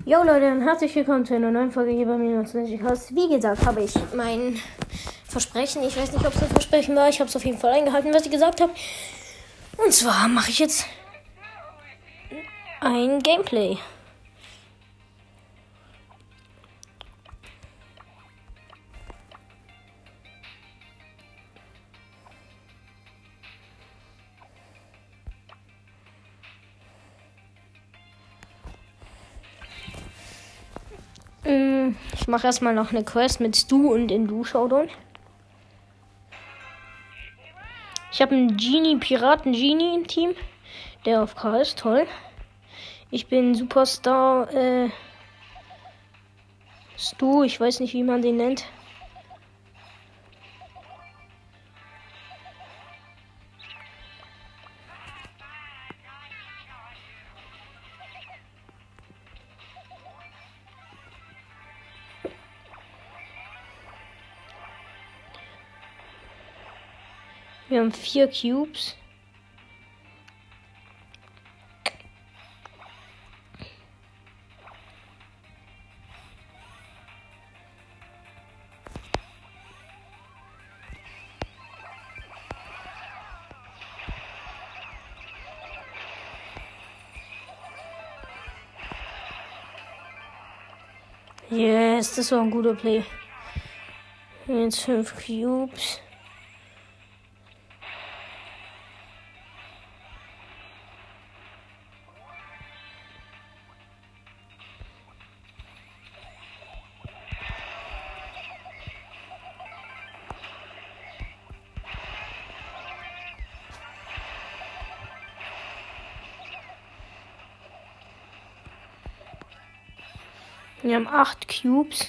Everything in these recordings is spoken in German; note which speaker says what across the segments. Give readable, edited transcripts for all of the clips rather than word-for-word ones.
Speaker 1: Jo Leute und herzlich willkommen zu einer neuen Folge hier bei mir. Wie gesagt, habe ich mein Versprechen, ich weiß nicht, ob es ein Versprechen war, ich habe es auf jeden Fall eingehalten, was ich gesagt habe. Und zwar mache ich jetzt ein Gameplay. Ich mache erstmal noch eine Quest mit Stu und in Du Showdown. Ich habe einen Piraten-Genie im Team. Der auf K ist toll. Ich bin Superstar Stu, ich weiß nicht, wie man den nennt. Wir haben 4 Cubes. Yes, das war ein guter Play. Jetzt 5 Cubes. Wir haben 8 Cubes.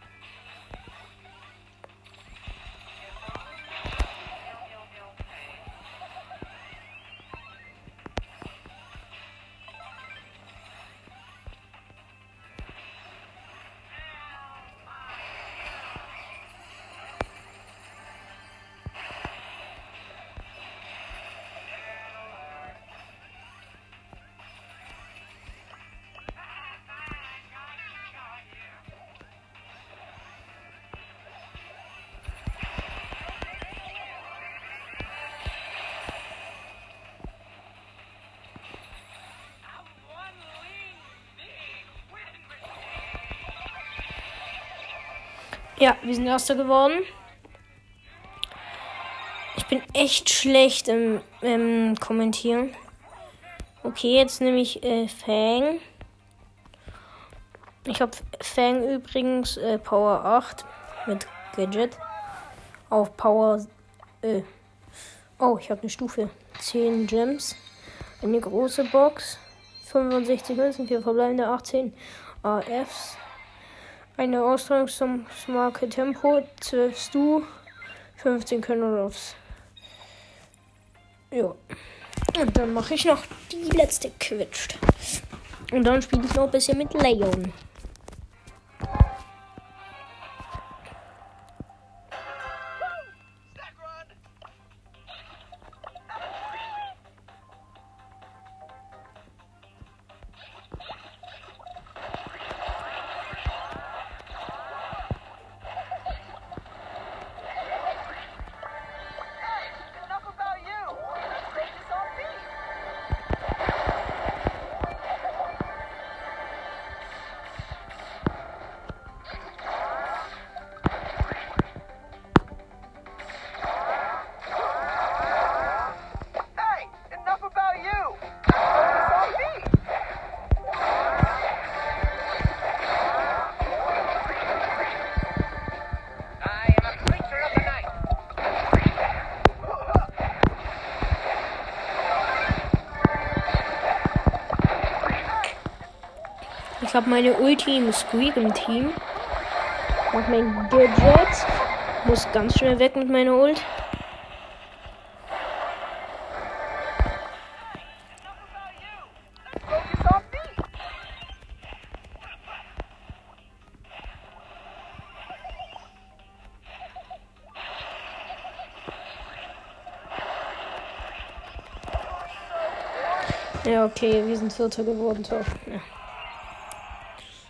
Speaker 1: Ja, wir sind Erster geworden. Ich bin echt schlecht im Kommentieren. Okay, jetzt nehme ich Fang. Ich habe Fang übrigens Power 8 mit Gadget. Auf Power... Oh, ich habe eine Stufe. 10 Gems. Eine große Box. 65 Münzen, 4 verbleibende 18 AFs. Eine Ausrüstungsmarke Tempo, 12 Stu, 15 Könnerloffs. Ja. Und dann mache ich noch die letzte Quitscht. Und dann spiele ich noch ein bisschen mit Leon. Ich habe meine Ulti im Squeak im Team. Mach mein Gadget. Muss ganz schnell weg mit meiner Ult. Ja, okay, wir sind Vierter geworden. So. Ja.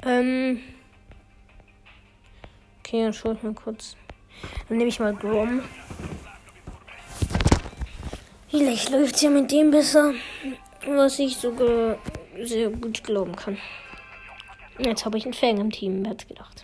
Speaker 1: Okay, dann schaue ich mal kurz. Dann nehme ich mal Grom. Vielleicht läuft es ja mit dem besser, was ich sogar sehr gut glauben kann. Jetzt habe ich einen Fang im Team, wer hat's gedacht.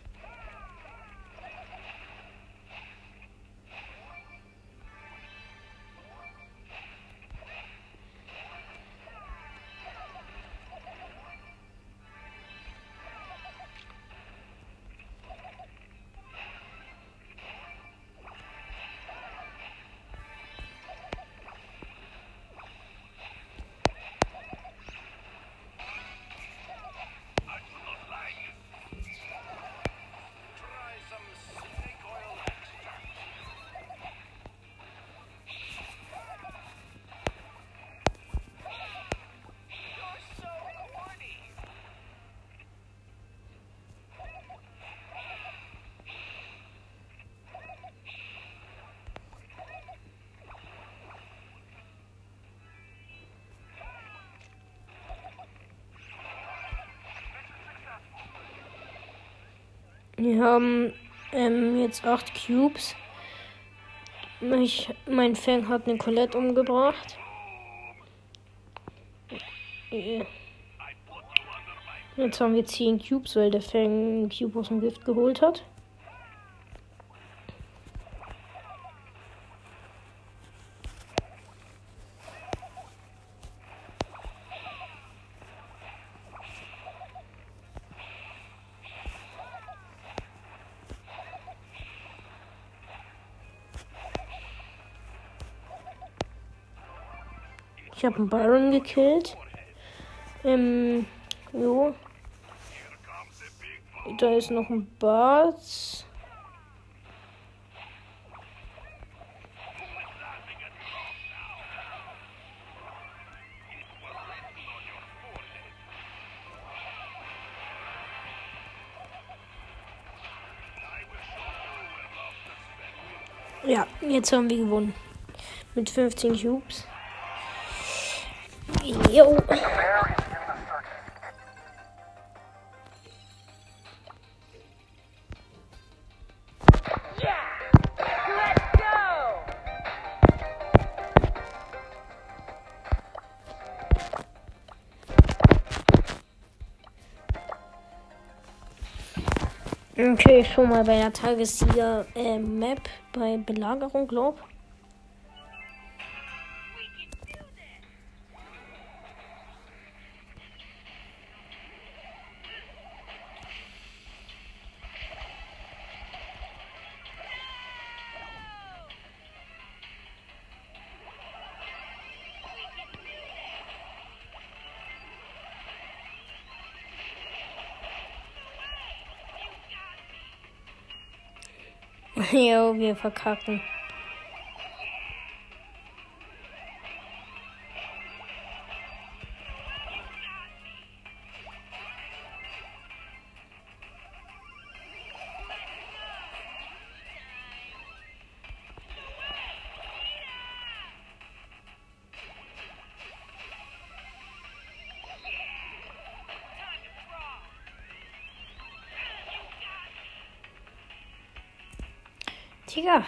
Speaker 1: Wir haben jetzt 8 Cubes. Mein Fang hat eine Colette umgebracht. Jetzt haben wir 10 Cubes, weil der Fang einen Cube aus dem Gift geholt hat. Ich habe einen Byron gekillt. Jo. Da ist noch ein Bart. Ja, jetzt haben wir gewonnen. Mit 15 Cubes. Jo. Okay, schon mal bei der Tagessieger-Map bei Belagerung, glaub. Jo, wir verkacken. Digga.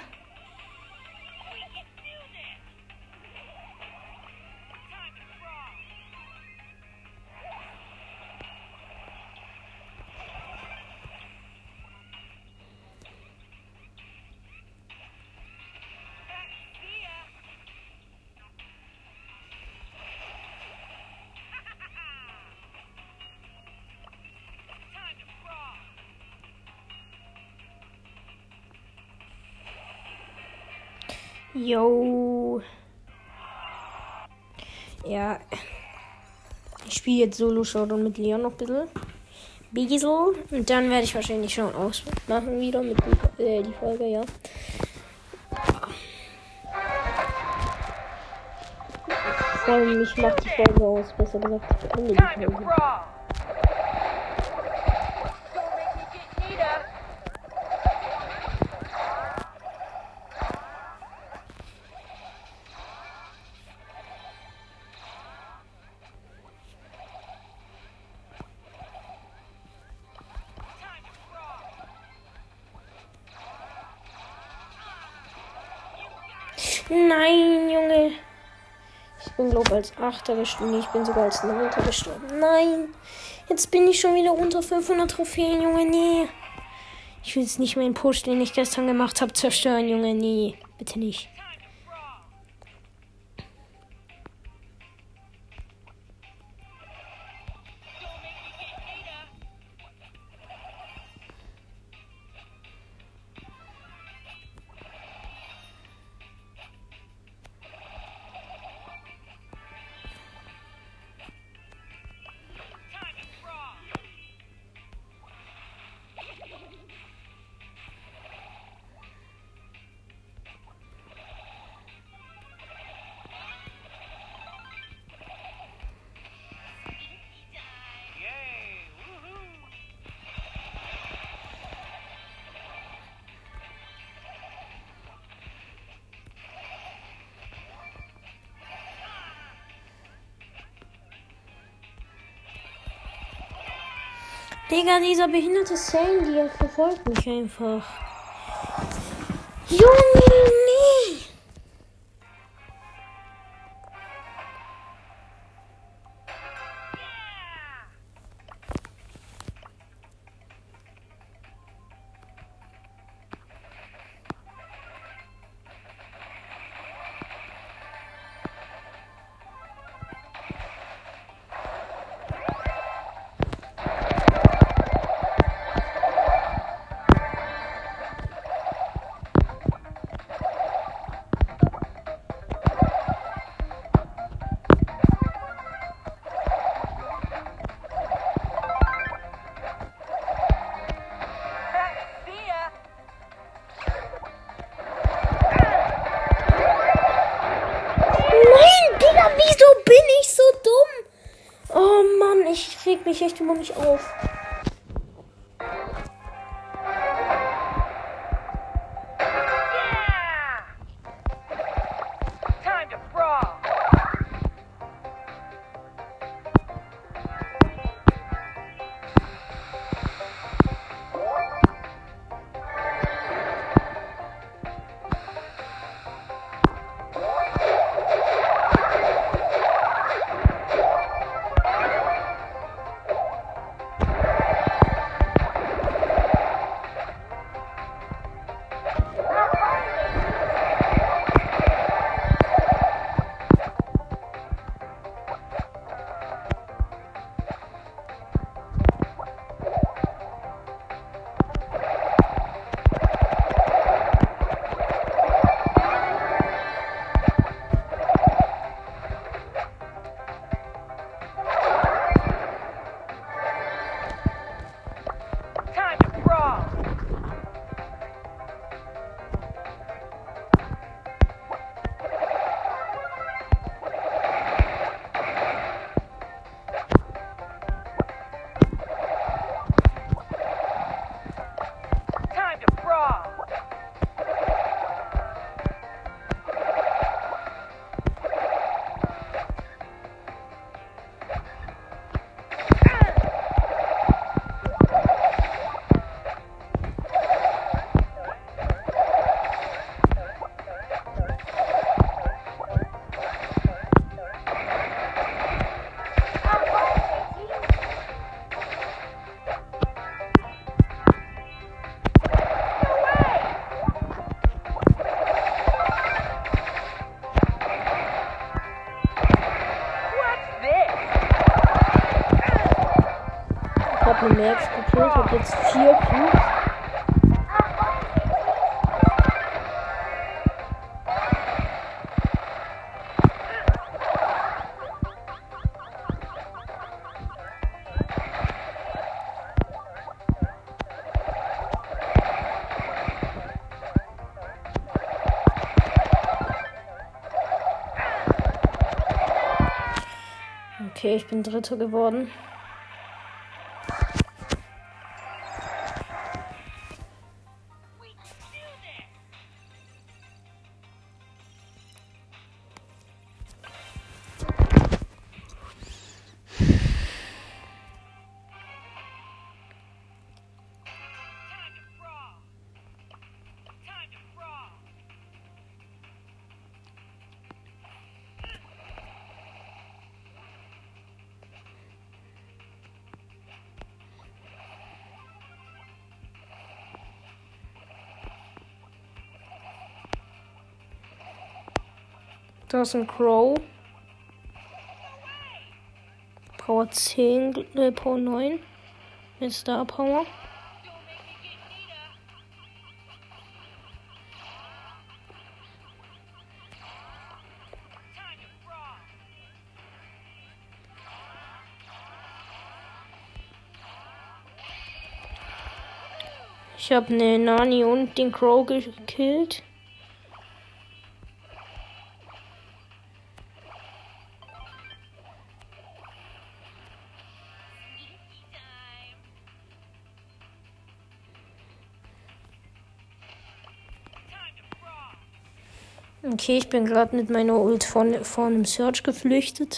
Speaker 1: Jo. Ja. Ich spiele jetzt Solo-Showdown mit Leon noch ein bisschen. Und dann werde ich wahrscheinlich schon ausmachen wieder mit die Folge, ja. Vor allem, ich mache die Folge aus, besser gesagt, ich beende die Folge. Nein, Junge. Ich bin, glaube ich, als 8. gestorben. Nee, ich bin sogar als 9. gestorben. Nein. Jetzt bin ich schon wieder unter 500 Trophäen, Junge. Nee. Ich will jetzt nicht mehr den Push, den ich gestern gemacht habe, zerstören, Junge. Nee. Bitte nicht. Digga, dieser behinderte Sandy verfolgt mich einfach. Junge, nee. Wieso bin ich so dumm? Oh Mann, ich reg mich echt über mich auf. Ich habe eine Max gekillt, habe jetzt 4 Cubes. Okay, ich bin Dritter geworden. Da ist ein Crow. Power 10, Power 9. Mit Star Power. Ich habe eine Nani und den Crow gekillt. Okay, ich bin gerade mit meiner Ult von einem Search geflüchtet.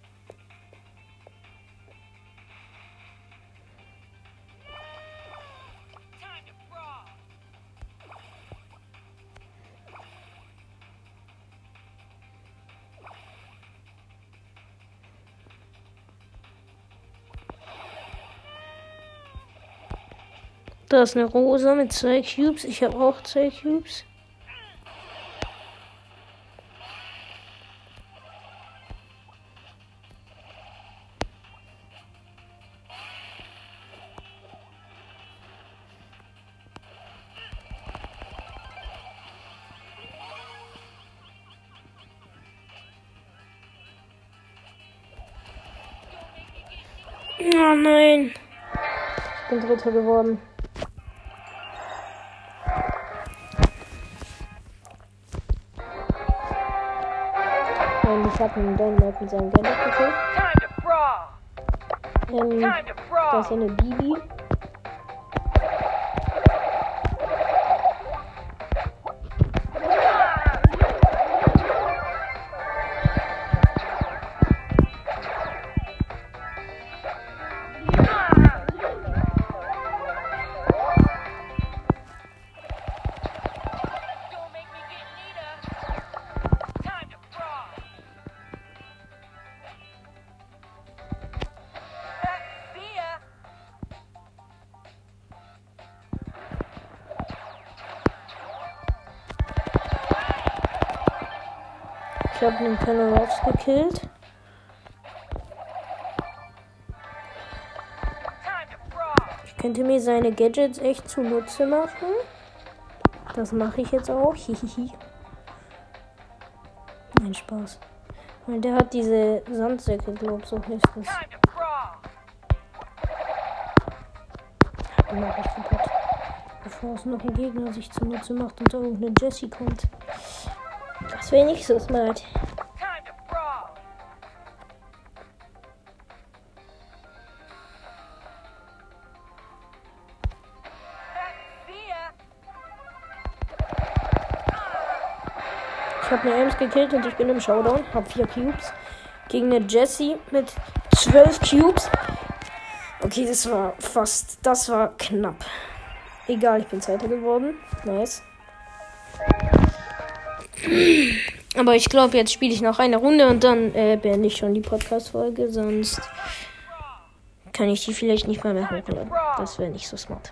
Speaker 1: Da ist eine Rosa mit 2 Cubes. Ich habe auch 2 Cubes. Oh nein. Ich bin Dritter geworden. Ich habe einen Dynamite mit seinem Gadget gekillt. Da ist eine Bibi. Ich habe den Penalofs gekillt. Ich könnte mir seine Gadgets echt zunutze machen. Das mache ich jetzt auch. Hihihi. Nein, Spaß. Weil der hat diese Sandsäcke, glaub so heißt das. Die mache ich kaputt. Bevor es noch ein Gegner sich zunutze macht und da irgendeine Jessie kommt. Das wäre nicht so smart. Ich habe eine Ems gekillt und ich bin im Showdown. Hab 4 Cubes. Gegen eine Jessie mit 12 Cubes. Okay, das war knapp. Egal, ich bin Zweiter geworden. Nice. Aber ich glaube, jetzt spiele ich noch eine Runde und dann beende ich schon die Podcast-Folge. Sonst kann ich die vielleicht nicht mal mehr hochladen. Das wäre nicht so smart.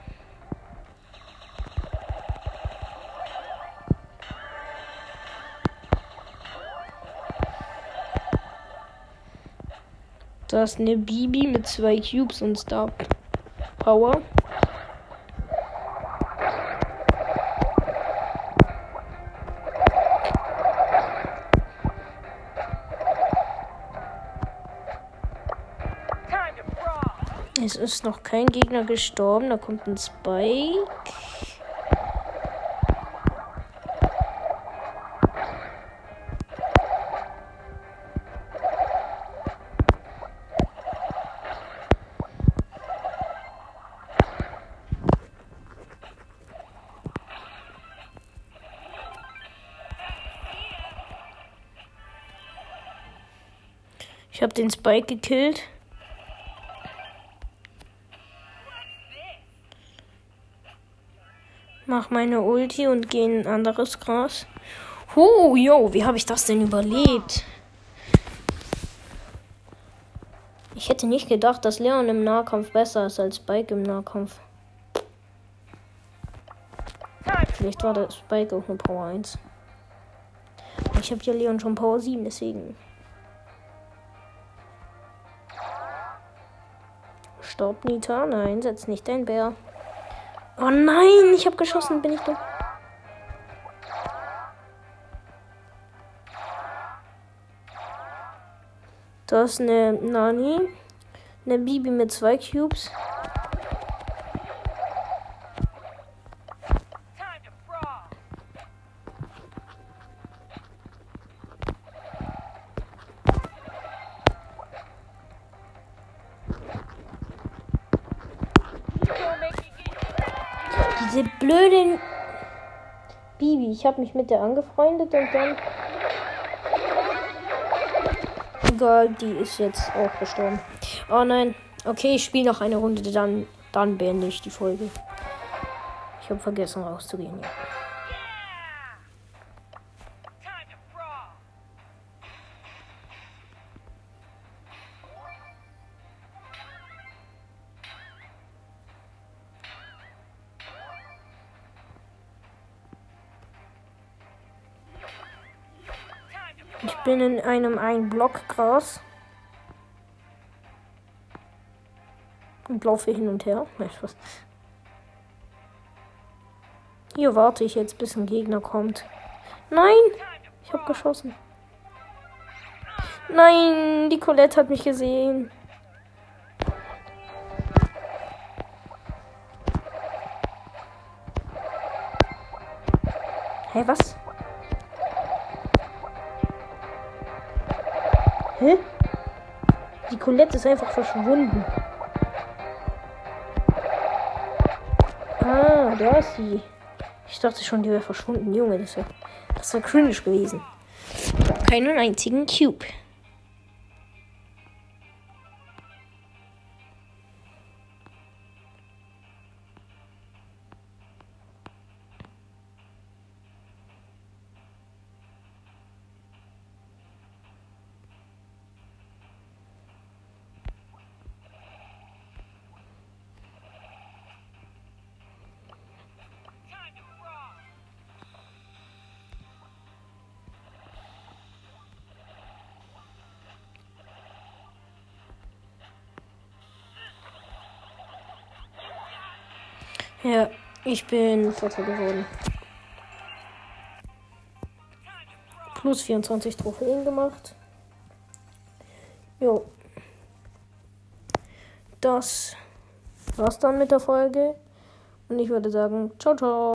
Speaker 1: Da ist eine Bibi mit 2 Cubes und Star Power. Es ist noch kein Gegner gestorben. Da kommt ein Spike. Ich habe den Spike gekillt. Mach meine Ulti und gehe in ein anderes Gras. Wie habe ich das denn überlebt? Ich hätte nicht gedacht, dass Leon im Nahkampf besser ist als Spike im Nahkampf. Vielleicht war der Spike auch nur Power 1. Ich habe ja Leon schon Power 7, deswegen. Stopp, Nita. Nein, setz nicht dein Bär. Oh nein, ich habe geschossen. Bin ich dumm? Da ist eine Nani. Eine Bibi mit 2 Cubes. Diese blöden Bibi. Ich habe mich mit der angefreundet und dann... Egal, die ist jetzt auch gestorben. Oh nein. Okay, ich spiele noch eine Runde, dann beende ich die Folge. Ich habe vergessen rauszugehen. Ja. Ich bin in einem Block Gras und laufe hin und her. Hier warte ich jetzt, bis ein Gegner kommt. Nein! Ich habe geschossen. Nein! Die Colette hat mich gesehen. Hä, was? Hä? Die Colette ist einfach verschwunden. Ah, da ist sie. Ich dachte schon, die wäre verschwunden. Junge, das wäre cringe gewesen. Keinen einzigen Cube. Ja, ich bin Vierter geworden. Plus 24 Trophäen gemacht. Jo. Das war's dann mit der Folge. Und ich würde sagen, ciao, ciao.